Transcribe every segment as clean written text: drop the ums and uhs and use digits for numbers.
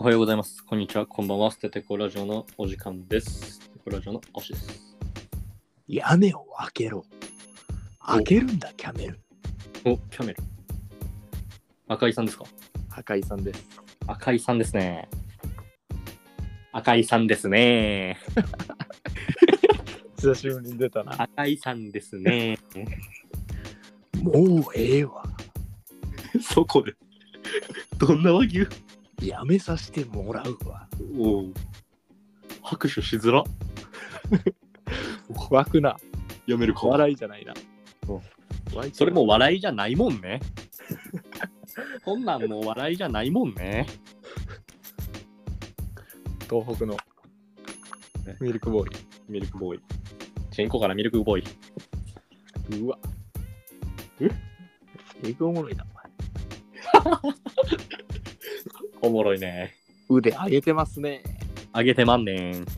はようございます。こんにちは。こんばんは。ステテコラジオのお時間です。ステテコラジオの推しです。 屋根を開けろ。開けるんだ、キャメル。 お、キャメル。赤井さんですか？ 赤井さんです。 赤井さんですね。赤井さんですね。 久しぶりに出たな。 赤井さんですね。 もうええわ。 そこで。どんな和牛？ やめさせてもらうわ。 おう。拍手しづら。 湧くな。 やめるか。 笑いじゃないな。 それもう笑いじゃないもんね。そんなんもう笑いじゃないもんね。 東北のミルクボーイ。 ミルクボーイ。チェンコからミルクボーイ。 うわ。えぐおもろいな。 おもろいね。 腕上げてますね。 あげてまんねん。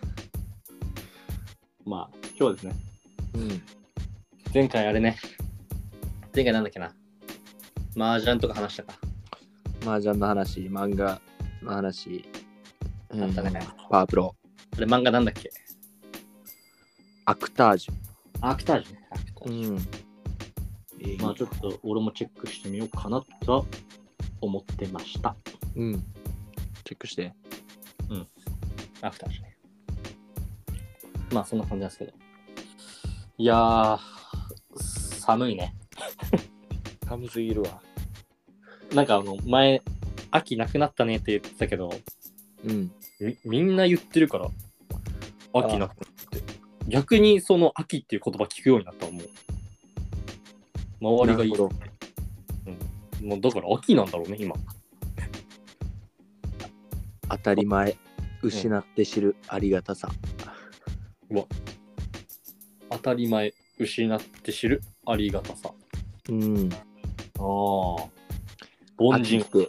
まあ、今日はですね。前回あれね。前回なんだっけな。麻雀とか話したか。 麻雀の話、漫画の話。 あったね。 パワープロ。 あれ漫画なんだっけ？ アクタージアクタージュね。アクタージュ。 まあちょっと俺もチェックしてみようかなと思ってました。 チェックして。 アクタージュね。まあそんな感じなんですけど。いやー、寒いね。 寒すぎるわ。 なんか前、秋なくなったねって言ってたけど、みんな言ってるから、秋なくなって。逆にその秋っていう言葉聞くようになったらもう、周りがいい。もうだから秋なんだろうね、今。 当たり前、失って知るありがたさ。 当たり前、失って知るありがたさ。凡人って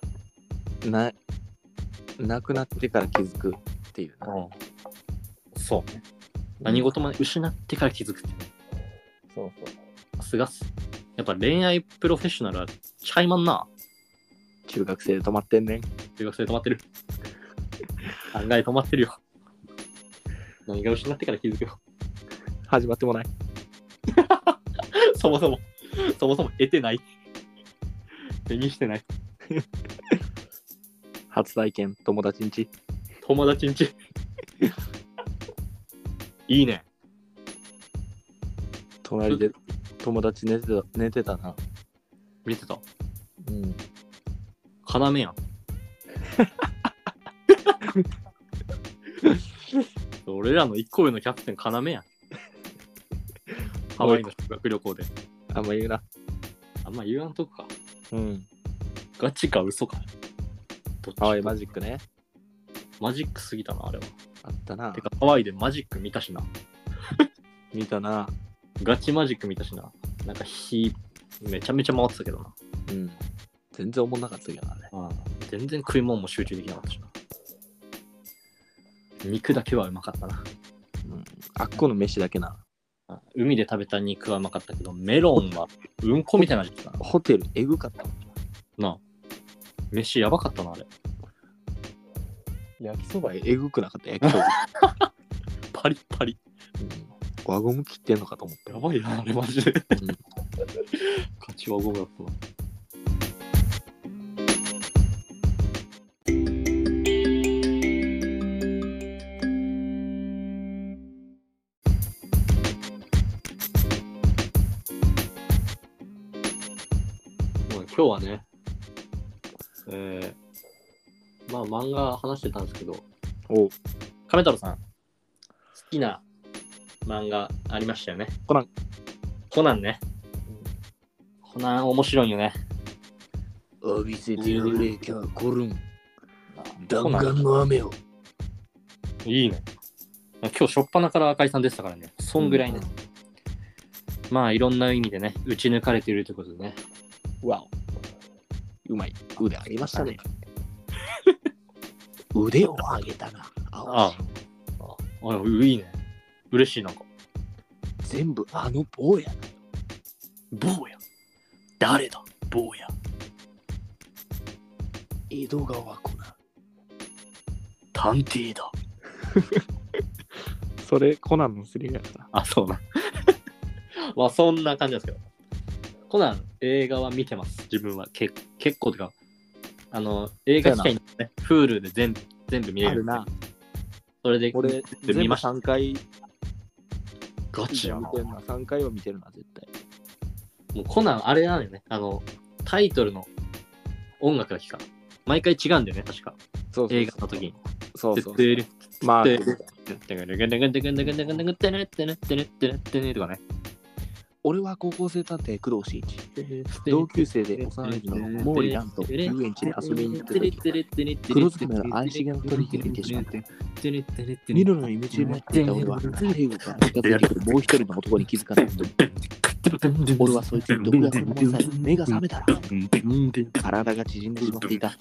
なくなってから気づくっていうな。 そうね。何事も失ってから気づくってね。 そう。 さすがっす。やっぱ恋愛プロフェッショナルはちゃいまんな。 中学生で止まってんねん。 中学生で止まってる。案外止まってるよ。何が失ってから気づくよ。 始まってもない。 そもそも得てない。手にしてない。 初体験、友達んち。 友達んち。いいね。 隣で友達寝てたな。 見てた。要やん。俺らの一個上のキャプテン要やん。ハワイの修学旅行で。 あんま言うな。 あんま言わんとこか。ガチか嘘か。 ハワイマジックね。 マジックすぎたな、あれは。 あったな。 てか、ハワイでマジック見たしな。 見たな。 ガチマジック見たしな。なんか火、めちゃめちゃ回ってたけどな。 全然思んなかったけどな、ね。 全然食い物も集中できなかったしな。肉だけはうまかったな。 あっこの飯だけな。 海で食べた肉はうまかったけど、メロンはうんこみたいな味だったな。 ホテルエグかったなあ。飯やばかったな、あれ。 焼きそばエグくなかった、焼きそば。 パリッパリ。 輪ゴム切ってんのかと思った。 やばいな、あれマジで。ガチ輪ゴムだったな。今日はね、まあ漫画話してたんですけど、亀太郎さん、好きな漫画ありましたよね。コナンね。コナン面白いよね。 浴びせてやれ、キャコルン。弾丸の雨を。 いいね。今日初っ端から赤井さんでしたからね。そんぐらいね。まあいろんな意味でね、打ち抜かれているということでね。 わお。うまい。腕上げましたね。腕を上げたな。 いいね。嬉しいなんか。 全部あの坊や。 坊や。誰だ坊や。 江戸川コナン。 探偵だ。 それコナンのセリフやから。 あ、そうな。まあそんな感じなんですけど。コナン映画は見てます。自分は結構とか映画機会にね、Hulu で全部見れる。 あるな。 それで俺全部見ました。 3回ガチやな。 3回は見てるな絶対。 もうコナンあれなのよね。タイトルの音楽が聴かない。毎回違うんだよね、確か。 そう映画の時に。 そうそう。 まあ、とかね。 俺は高校生探偵工藤新一。同級生で幼馴染の毛利蘭と遊園地で遊びに行った時、黒ずくめの怪しげな取引を見てしまった。見るのに夢中になっていた俺は、背後から近づいてくるもう一人の男に気づかないと。俺はそいつに毒薬を飲まされ、目が覚めたら、体が縮んでしまっていた。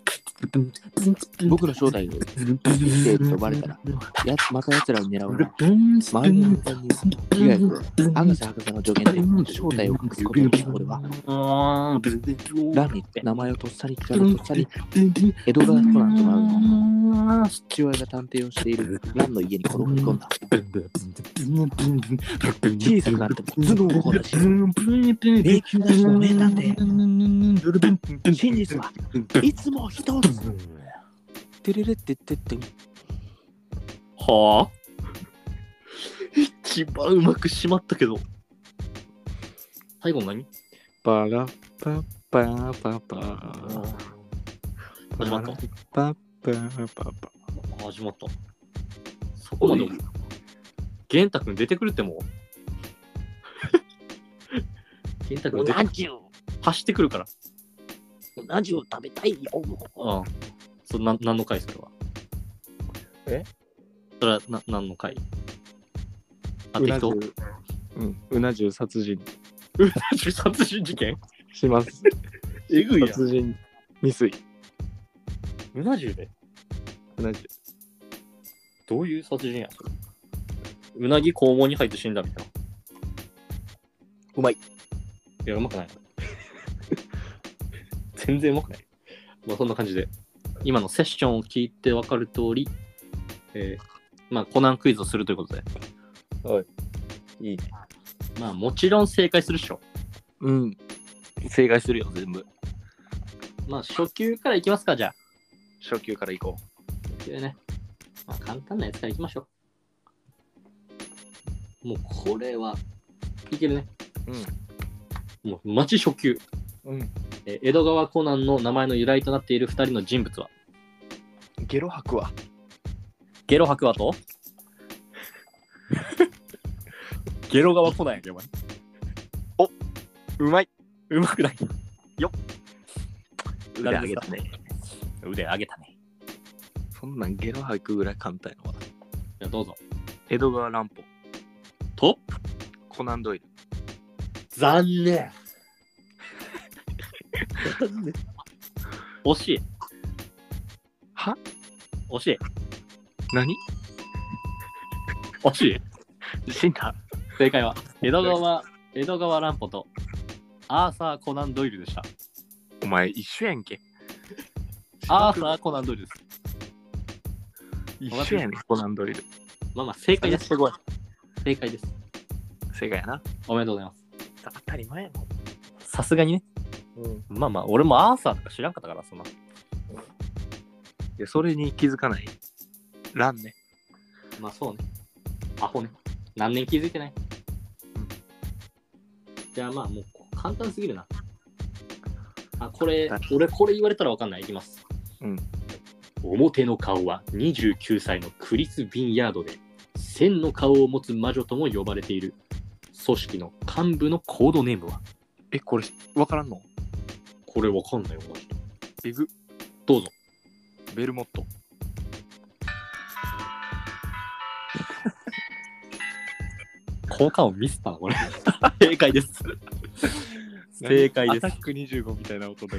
僕の正体を生徒とバレたら、また奴らを狙うな。周りの人間に被害を博士博士の助言で正体を隠すことにした俺は、ランに名前をとっさに聞かれとっさに江戸川コナンとなる父親が探偵をしているランの家に転がり込んだ。小さくなっても頭脳を掘らし、迷宮なしの名探偵。真実はいつも一つ。てれれってってって。 はあ一番うまくしまったけど。最後何？ パラパパパパ。 始まった。 パパパパ。 始まった。そこまで。玄太くん出てくるってもう。玄太くん出てくる。走ってくるから。 うな重食べたいよ。 ああ。何の回それは。それは何の回？あ、適当？ うな重殺人。 うな重殺人事件？ します。 えぐいやん。 殺人未遂。 うな重で？ うな重。 どういう殺人やそれ？うなぎ肛門に入って死んだみたいな。 うまい。 いや、うまくない。全然うまくない。まあそんな感じで。今のセッションを聞いて分かる通り、まあコナンクイズをするということで。 はい。いいね。 まあもちろん正解するっしょ。 うん。正解するよ、全部。 まあ初級からいきますか、じゃあ。 初級からいこう。初級ね。まあ簡単なやつからいきましょう。もうこれはいけるね。もうマジ初級。江戸川コナンの名前の由来となっている2人の人物は？ ゲロ吐くわ。 ゲロ吐くわとゲロ川コナンやけど、お前。 お、うまい。 うまくないよ。 腕上げたね。 腕上げたね。 そんなんゲロ吐くぐらい簡単やわ。 じゃあどうぞ。 江戸川乱歩とコナンドイル。 残念。惜しい。 は？ 惜しい。 何？ 惜しい。 死んだ。 正解は江戸川乱歩とアーサー・コナン・ドイルでした。 お前一緒やんけ。 アーサー・コナン・ドイルです。 一緒やねん、コナンドイル。 まあまあ正解です。 すごい。 正解です。 正解やな。 おめでとうございます。 当たり前やもん。 さすがにね。まあまあ俺もアーサーとか知らんかったからそんな。 いや、それに気づかない。ランね。 まあそうね。アホね。何年気づいてない。じゃあまあもう簡単すぎるな。俺これ言われたらわかんない。いきます。表の顔は29歳のクリス・ビンヤードで1000の顔を持つ魔女とも呼ばれている組織の幹部のコードネームは？ これわからんの？ これわかんないよマジで。 えぐ。 どうぞ。 ベルモット。 効果音ミスったなこれ。正解です。正解です。 アタック25みたいな音だった。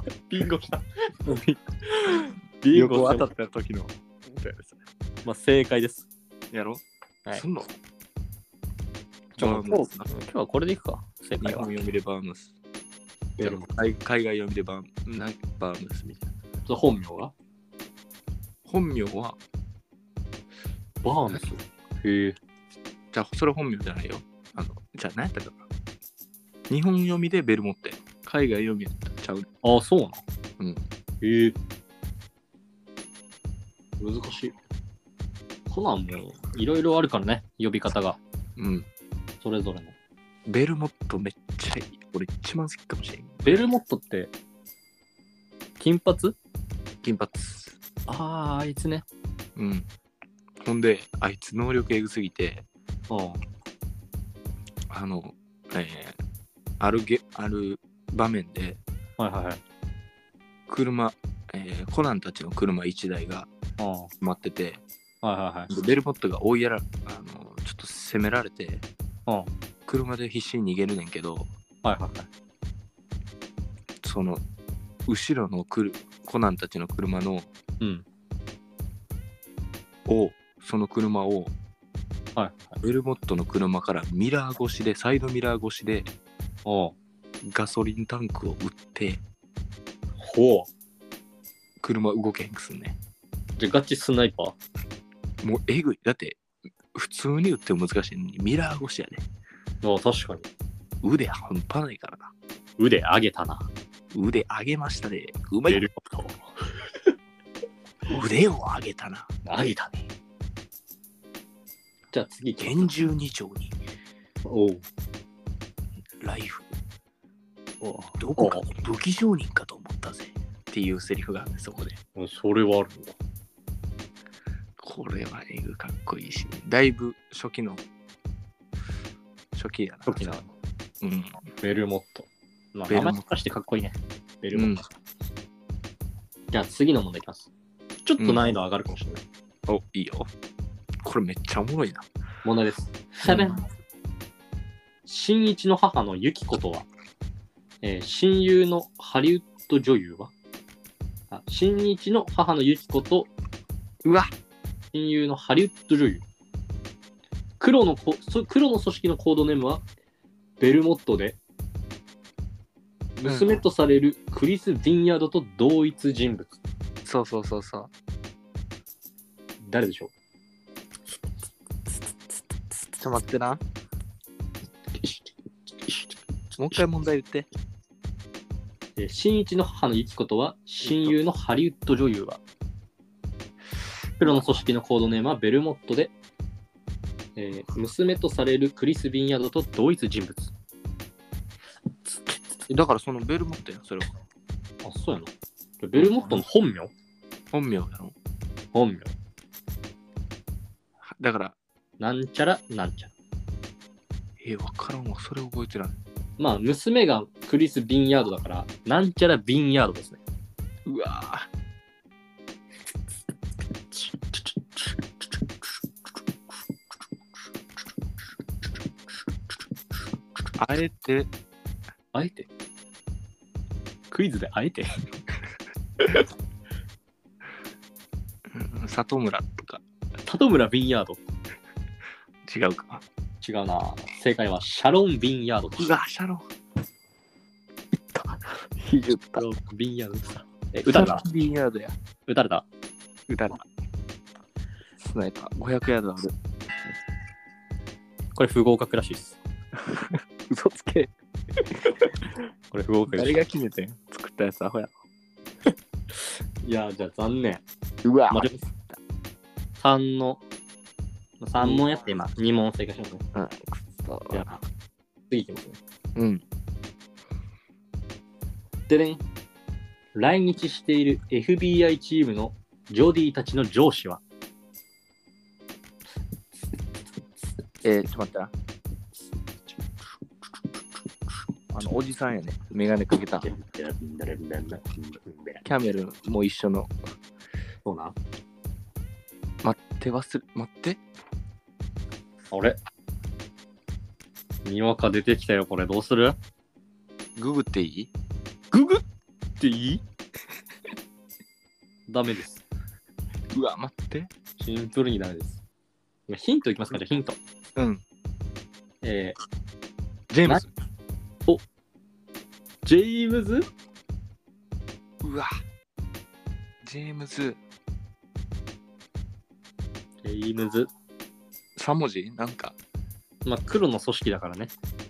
ビンゴした。 ビンゴ当たった時のみたいですね。 まあ正解です。 やろ？ はい。 すんの？ 今日はこれでいくか。正解は。 日本読みでバームス。海外読みでバームスみたいな。 本名が？ 本名はバーンズ。へえ。 じゃあそれ本名じゃないよ。じゃあ何やったかな。日本読みでベルモットや。海外読みやったらちゃう。 ああ、そうな。 うん。 へえ。難しい。コナンもいろいろあるからね、呼び方が。 うん。 それぞれの。 ベルモットめっちゃいい。俺一番好きかもしれん。 ベルモットって、金髪？ 金髪。 ああ、あいつね。 うん。ほんで、あいつ能力エグすぎて、 うん。 ある場面で、 はいはいはい。 車、コナンたちの車1台が待ってて、 はいはいはい。 でベルモットがちょっと攻められて、車で必死に逃げるねんけど、 はいはいはい。 その後ろのコナンたちの車の、その車を、 はいはい、 ベルモットの車からミラー越しで、サイドミラー越しで、ガソリンタンクを撃って、車動けへんくすんね。 じゃあガチスナイパー？もうえぐい。だって普通に撃っても難しいのにミラー越しやで。 ああ、確かに。 腕半端ないからな。 腕上げたな。 腕上げましたね。うまい。腕を上げたな。 上げたね。じゃあ次、 厳重二丁に。 おう。 ライフ。どこかの武器商人かと思ったぜ。っていうセリフがあるんで、そこで。 それはあるんだ。 これはエグかっこいいし、だいぶ初期やな。 初期な。 うん。 ベルモット。まあ、名前としてかっこいいね。ベルモット。じゃあ次の問題いきます。ちょっと難易度上がるかもしれない。 お、いいよ。これめっちゃおもろいな。 問題です。新一の母のユキコとは、親友のハリウッド女優は、新一の母のユキコと、親友のハリウッド女優。黒の組織のコードネームはベルモットで、娘とされるクリス・ヴィンヤードと同一人物。 そう。 誰でしょう？ ちょっと待ってな。もう一回問題言って。 新一の母のユキコとは、親友のハリウッド女優は、黒の組織のコードネームはベルモットで、娘とされるクリス・ヴィンヤードと同一人物。 だからそのベルモットやん、それは。 あ、そうやな。ベルモットの本名？ 本名やろ。 本名。 だから、 なんちゃらなんちゃら。 わからんわ、それ覚えてない。 まあ、娘がクリス・ヴィンヤードだから、なんちゃらヴィンヤードですね。 うわぁ。あえてクイズであえて里村とか。 里村ヴィンヤード。 違うか。 違うな。正解はシャロン・ヴィンヤードでした。 シャロン。 シャロン・ヴィンヤードでした。撃たれた？ ヴィンヤードや。 撃たれた？ 撃たれた。スナイパー500ヤードある。 これ不合格らしいです。 嘘つけ。 これ不合格。 誰が決めてん？作ったやつアホや。 いや、じゃあ残念。 うわ、 3問やって今2問正解しますね。じゃあ次いきますね。でね、来日している FBI チームのジョディたちの上司は、 ちょっと待ったな。おじさんやね。メガネかけた。キャメルも一緒の。 そうな。 待って。 あれ？にわか出てきたよ、これどうする？ ググっていい？ ググっていい？ダメです。 うわ、待って。 シンプルにダメです。ヒントいきますか？じゃあヒント。ジェームズ。 お、ジェームズ？ うわ、ジェームズ。 むず。 3文字なんか。 まあ、黒の組織だからね。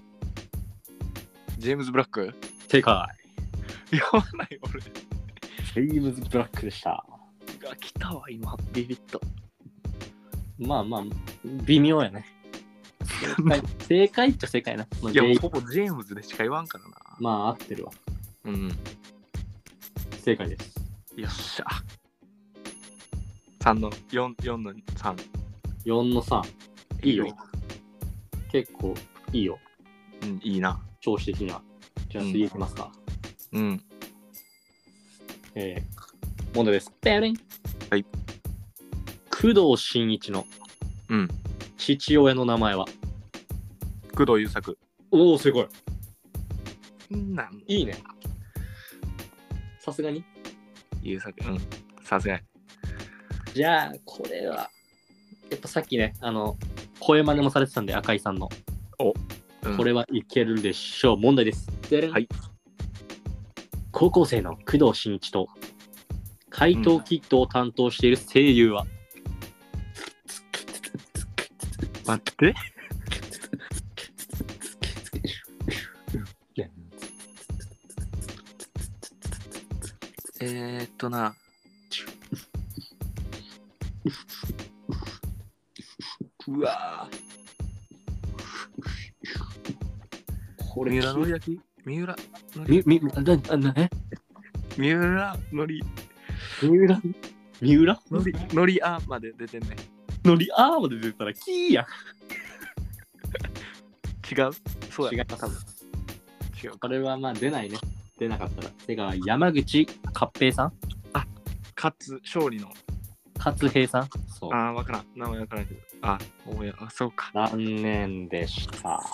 ジェームズ・ブラック正解。 読まない俺。 ジェームズ・ブラックでした。 が来たわ、今。ビビッと。 まあまあ、微妙やね。正解っちゃ正解な。まあ、 いや、ほぼジェームズでしか言わんからな。 まあ、合ってるわ。 うん。 正解です。 よっしゃ。4の3。 4の3。いいよ。結構いいよ。 うん、いいな。 調子的には。じゃあ次いきますか。 うん。 問題です。ペリン。 はい。 工藤新一の父親の名前は、 工藤優作。 おお、正解。いいね。さすがに優作。うん。さすがに。 じゃあ、これは、やっぱさっきね、声真似もされてたんで、赤井さんの。これはいけるでしょう。問題です。 はい。 高校生の工藤新一と怪盗キッドを担当している声優は、 待って。な。うわぁ。これ三浦のり焼き三浦のり三浦のりあまで出てんね。 のりあまで出たらキーやん。 違う？そうや。 違う、多分。違う。これはまあ出ないね。出なかったら。てか、山口勝平さん？ あ、勝利の。 勝平さん？そう。 ああ、わからん。名前わからんけど。あ、そうか。 残念でした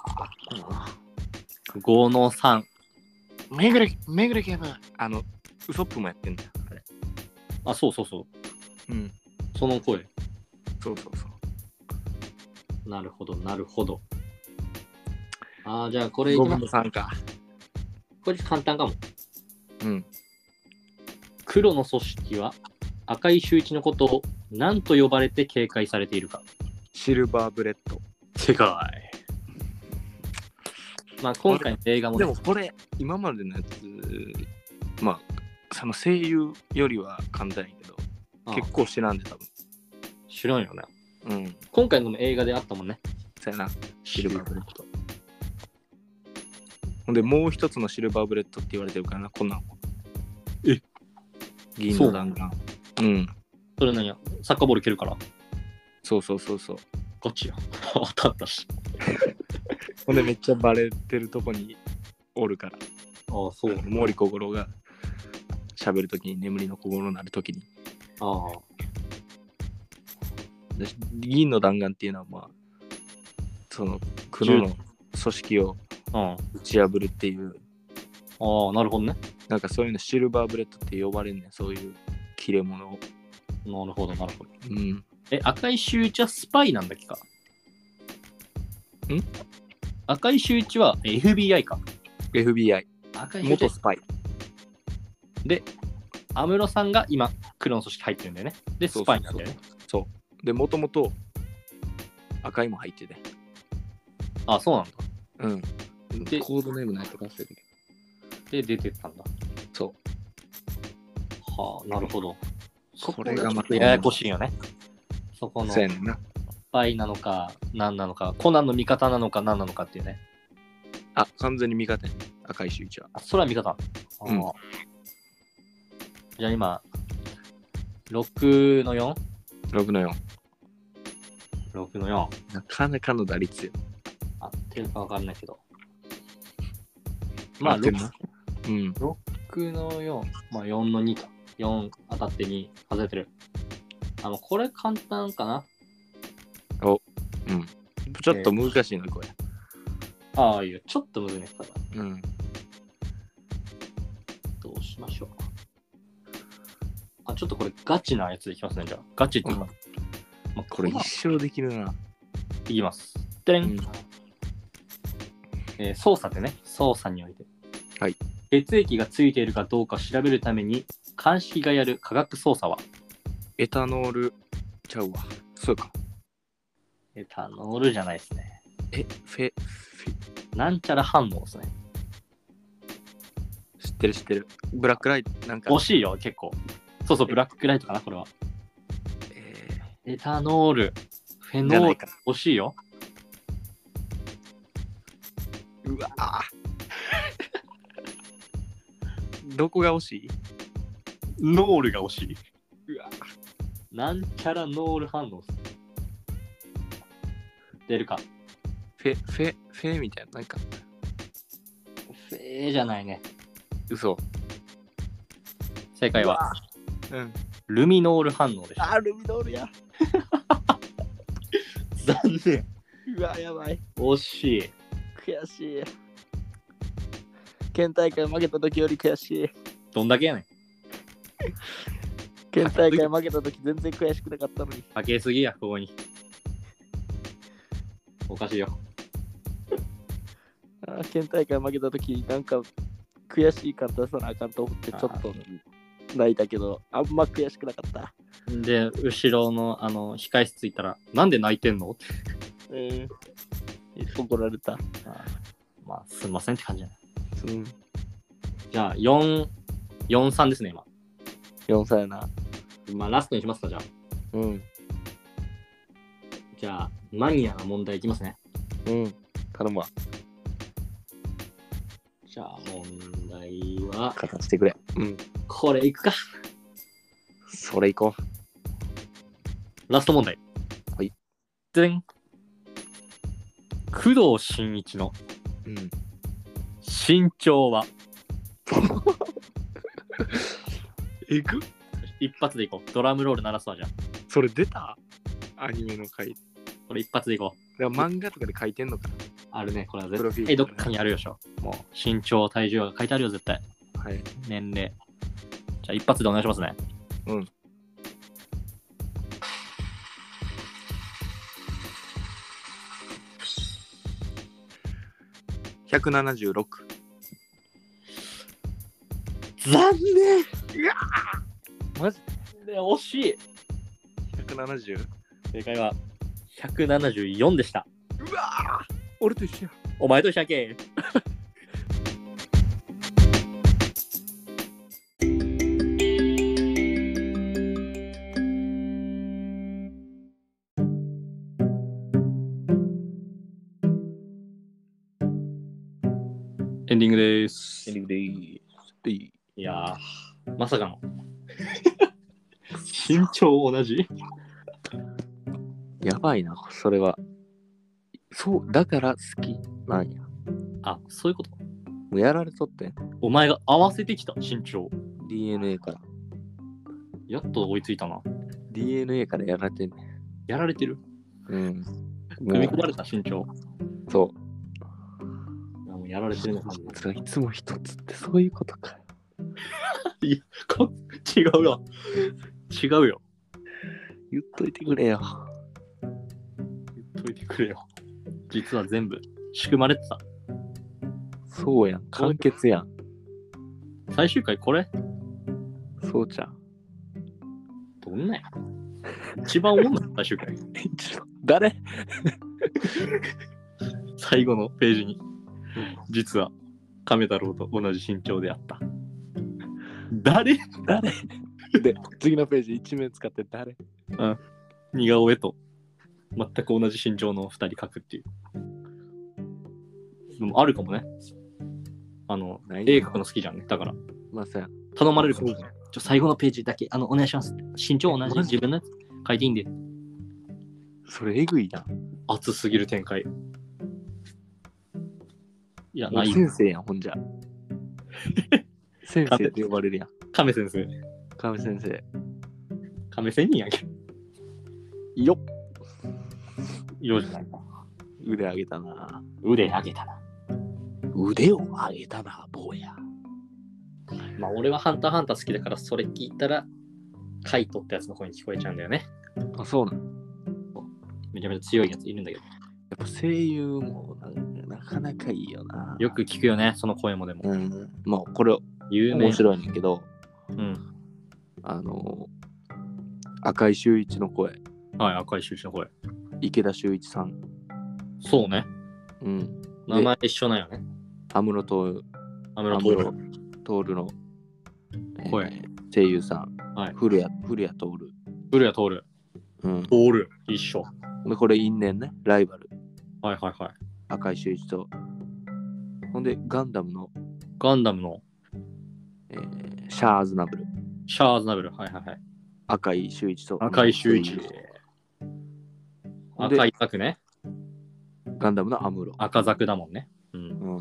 。5の3。 めぐれ警部。ウソップもやってんだよ、あれ。 あ、そうそうそう。 うん。 その声。 そう。 なるほど。じゃあこれいきます。 5分の3か。 これ簡単かも。 うん。 黒の組織は赤井秀一のことを何と呼ばれて警戒されているか。 シルバーブレッド。 正解。まあ今回の映画も、 ね、でもこれ今までのやつ、まあその声優よりは簡単やけど、結構知らんで多分。 知らんよね。 うん。 今回の映画であったもんね。 そうやな。シルバーブレッド。ほんでもう一つのシルバーブレッドって言われてるからな、こんなんも。銀の弾丸。うん。 それ何や、サッカーボール蹴るから。 そう。 ガチや。当たったし。 ほんでめっちゃバレてるとこにおるから。 ああ、そう。 毛利小五郎が喋るときに、眠りの小五郎になるときに。 ああ。 銀の弾丸っていうのは、まあ、その黒の組織を打ち破るっていう。 ああ、なるほどね。 なんかそういうのシルバーブレッドって呼ばれんねん、そういう切れ者を。 なるほど。 うん。 赤井秀一はスパイなんだっけか？赤井秀一は FBI か。 FBI。元スパイ。 で、安室さんが今、黒の組織入ってるんだよね。で、スパイなんだよね。 そう。で、もともと赤井も入ってて。 あ、そうなんだ。 うん。で、コードネームないとか忘れてる。 で、出てったんだ。 そう。 はあ、なるほど。 これがまたややこしいよね。そこのスパイなのか何なのか、コナンの味方なのか何なのかっていうね。 あ、完全に味方やね、赤井秀一は。 あ、それは味方。 うん。 じゃあ今、6の 4？ 6の4。 6の4。 なかなかの打率よ。 合ってるか分かんないけど。まあ、6の4。まあ、4の2か。4当たって2外れてる。これ簡単かな。 うん。ちょっと難しいの、これ。 ああ、いいよ。ちょっと難しいから。 うん。 どうしましょう。ちょっとこれガチなやつでいきますね、じゃあ。ガチっていうか。 まあ、これ一生できるな。 いきます。でれん。捜査でね、捜査において。 はい。 血液がついているかどうか調べるために、鑑識がやる科学捜査は？ エタノールちゃうわ。そうか。 エタノールじゃないですね。なんちゃら反応ですね。 知ってる。ブラックライト、なんか。 惜しいよ、結構。そう、ブラックライトかな、これは。エタノール、フェノール、惜しいよ。 うわどこが惜しい？ ノールが惜しい。 うわなんちゃらノール反応。出るか。 フェみたいな、なんか。 フェじゃないね。 嘘。 正解は、 ルミノール反応でした。 ルミノールや。 残念。 うわ、やばい。 惜しい。 悔しい。県大会負けた時より悔しい。 どんだけやねん。 県大会負けた時全然悔しくなかったのに。 かけすぎや、ここに。おかしいよ。 県大会負けた時なんか悔しい感出さなあかんと思ってちょっと泣いたけど、あんま悔しくなかった。 で、後ろの控室行ったら、なんで泣いてんの？ 怒られた。 まあ、すんませんって感じじゃない。 うん。 じゃあ、4-3ですね、今。 4歳やな。 まあ、ラストにしますか、じゃあ。 うん。 じゃあ、マニアな問題いきますね。 うん。頼むわ。 じゃあ、問題は。 書かせてくれ。 うん。これいくか。 それいこう。ラスト問題。 はい。 でん。工藤新一の身長は、 えぐ？ 一発でいこう。ドラムロール鳴らすわ、じゃあ。 それ出た？アニメの回。 これ一発でいこう。漫画とかで書いてんのかな？ あるね、これは絶対どっかにあるよしょ。もう身長、体重が書いてあるよ、絶対。 はい。 年齢。じゃあ一発でお願いしますね。 うん。176。 残念。 うわマジで惜しい。 170？ 正解は174でした。 うわ俺と一緒や。 お前と一緒やけ。エンディングです。 エンディングでーす。 いやー、まさかの身長同じ？ やばいな、それは。そう、だから好きなんや。 あ、そういうこと？ もうやられとってん。 お前が合わせてきた身長。 DNA から。 やっと追いついたな。 DNA からやられてんねん。 やられてる？ うん。 組み込まれた身長。 そう。 もうやられてるのかも。 いつも一つってそういうことか。 いや、違うよ。違うよ。 言っといてくれよ。 言っといてくれよ。実は全部仕組まれてた。 そうやん。完結やん。 最終回これ？ そうちゃん。 どんなや？一番重いの最終回。 誰？ 最後のページに。実は亀太郎と同じ身長であった。誰で、次のページ一面使って誰？ うん。似顔絵と全く同じ身長の2人描くっていう。でもあるかもね。絵描くの好きじゃんね。だから。 まあさ、 頼まれるかもね。最後のページだけお願いします。身長同じ自分のやつ書いていいんで。 それえぐいな。 熱すぎる展開。いや、ない。 先生やん、ほんじゃ。先生って呼ばれるやん。 亀先生。 亀先生。 亀仙人やんけ。 よっ。 よじゃないか。 腕上げたな。 腕上げたな。 腕を上げたな、坊や。 まあ、俺はハンターハンター好きだから、それ聞いたら、カイトってやつの声に聞こえちゃうんだよね。 あ、そうなの？ めちゃめちゃ強いやついるんだけど。 やっぱ声優もなかなかいいよな。 よく聞くよね、その声もでも。 うん。まあ、これ、面白いねんけど、 うん。 赤井秀一の声。 はい、赤井秀一の声。 池田秀一さん。 そうね。 うん。 名前一緒なんよね。 安室徹の、 声、 声優さん。 はい。 古谷徹。 古谷徹。 うん。 徹。一緒。 で、これ因縁ね。ライバル。 はいはいはい。 赤井秀一と。ほんで、ガンダムの、シャアーズナブル。 はいはいはい。 赤井秀一と。 赤井秀一。赤いザクね。 ガンダムのアムロ。 赤ザクだもんね。うん。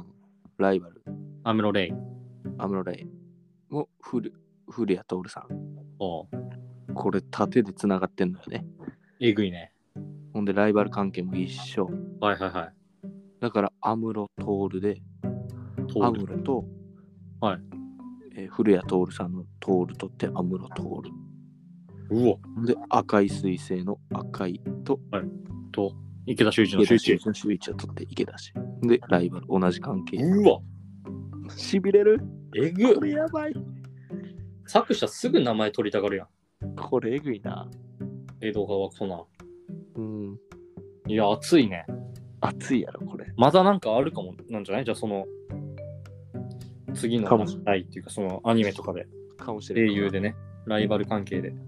ライバル。 アムロレイ。 も古谷徹さん。 おう。 これ縦でつながってんのよね。 えぐいね。 ほんでライバル関係も一緒。 はいはいはい。 だからアムロ徹で、アムロと、 はい。 古谷徹さんの徹とってアムロ徹。 うわ。 で赤い彗星の赤いと、 はい。と池田秀一の秀一を取って池田氏。でライバル同じ関係。 うわ。 しびれる。 えぐ。 これやばい。 作者すぐ名前取りたがるやん。 これえぐいな。 江戸川コナン。 うん。 いや、熱いね。 熱いやろ、これ。 またなんかあるかもなんじゃない？じゃあその、次の題っていうか、そのアニメとかで。 かもしれない。 声優でね、ライバル関係で。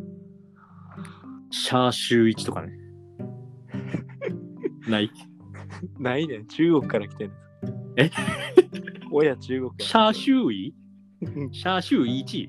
シャーシュー1とかね。 ないねん。中国から来てんの。 え親中国から。 シャーシューイシャーシュー1シ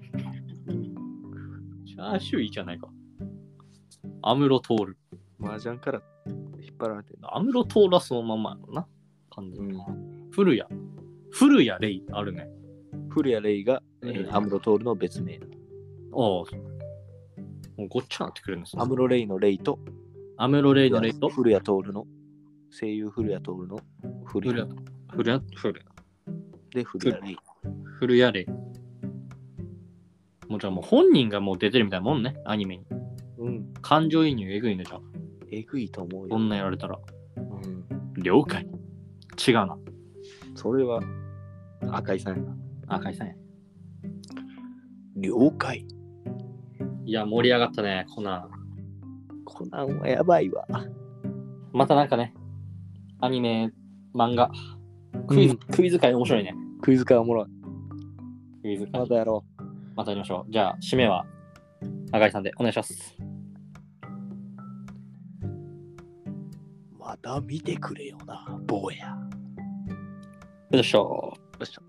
ャーシューイじゃないか。アムロトール。 麻雀から引っ張られてる。 アムロトールはそのままやろな。感じ。古谷レイあるね。 古谷レイが、アムロトールの別名。 ああ。もうごっちゃなってくるんですよ。アムロレイのレイと、 アムロレイのレイと、 古谷トールの、声優古谷トールの古谷。で、古谷レイ。 古谷レイ。もうじゃあもう本人がもう出てるみたいなもんね、アニメに。 うん。 感情移入えぐいねじゃん。 えぐいと思うよ。 こんなんやられたら。 うん。 了解。違うな。 それは赤井さんやな。 赤井さんや。 了解。 いや、盛り上がったね、コナン。 コナンはやばいわ。 またなんかね、アニメ、漫画、クイズ界面白いね。 クイズ界おもろい。 クイズ界。 またやろう。 またやりましょう。じゃあ、締めは赤井さんでお願いします。 また見てくれよな、坊や。 よいしょ。 よいしょ。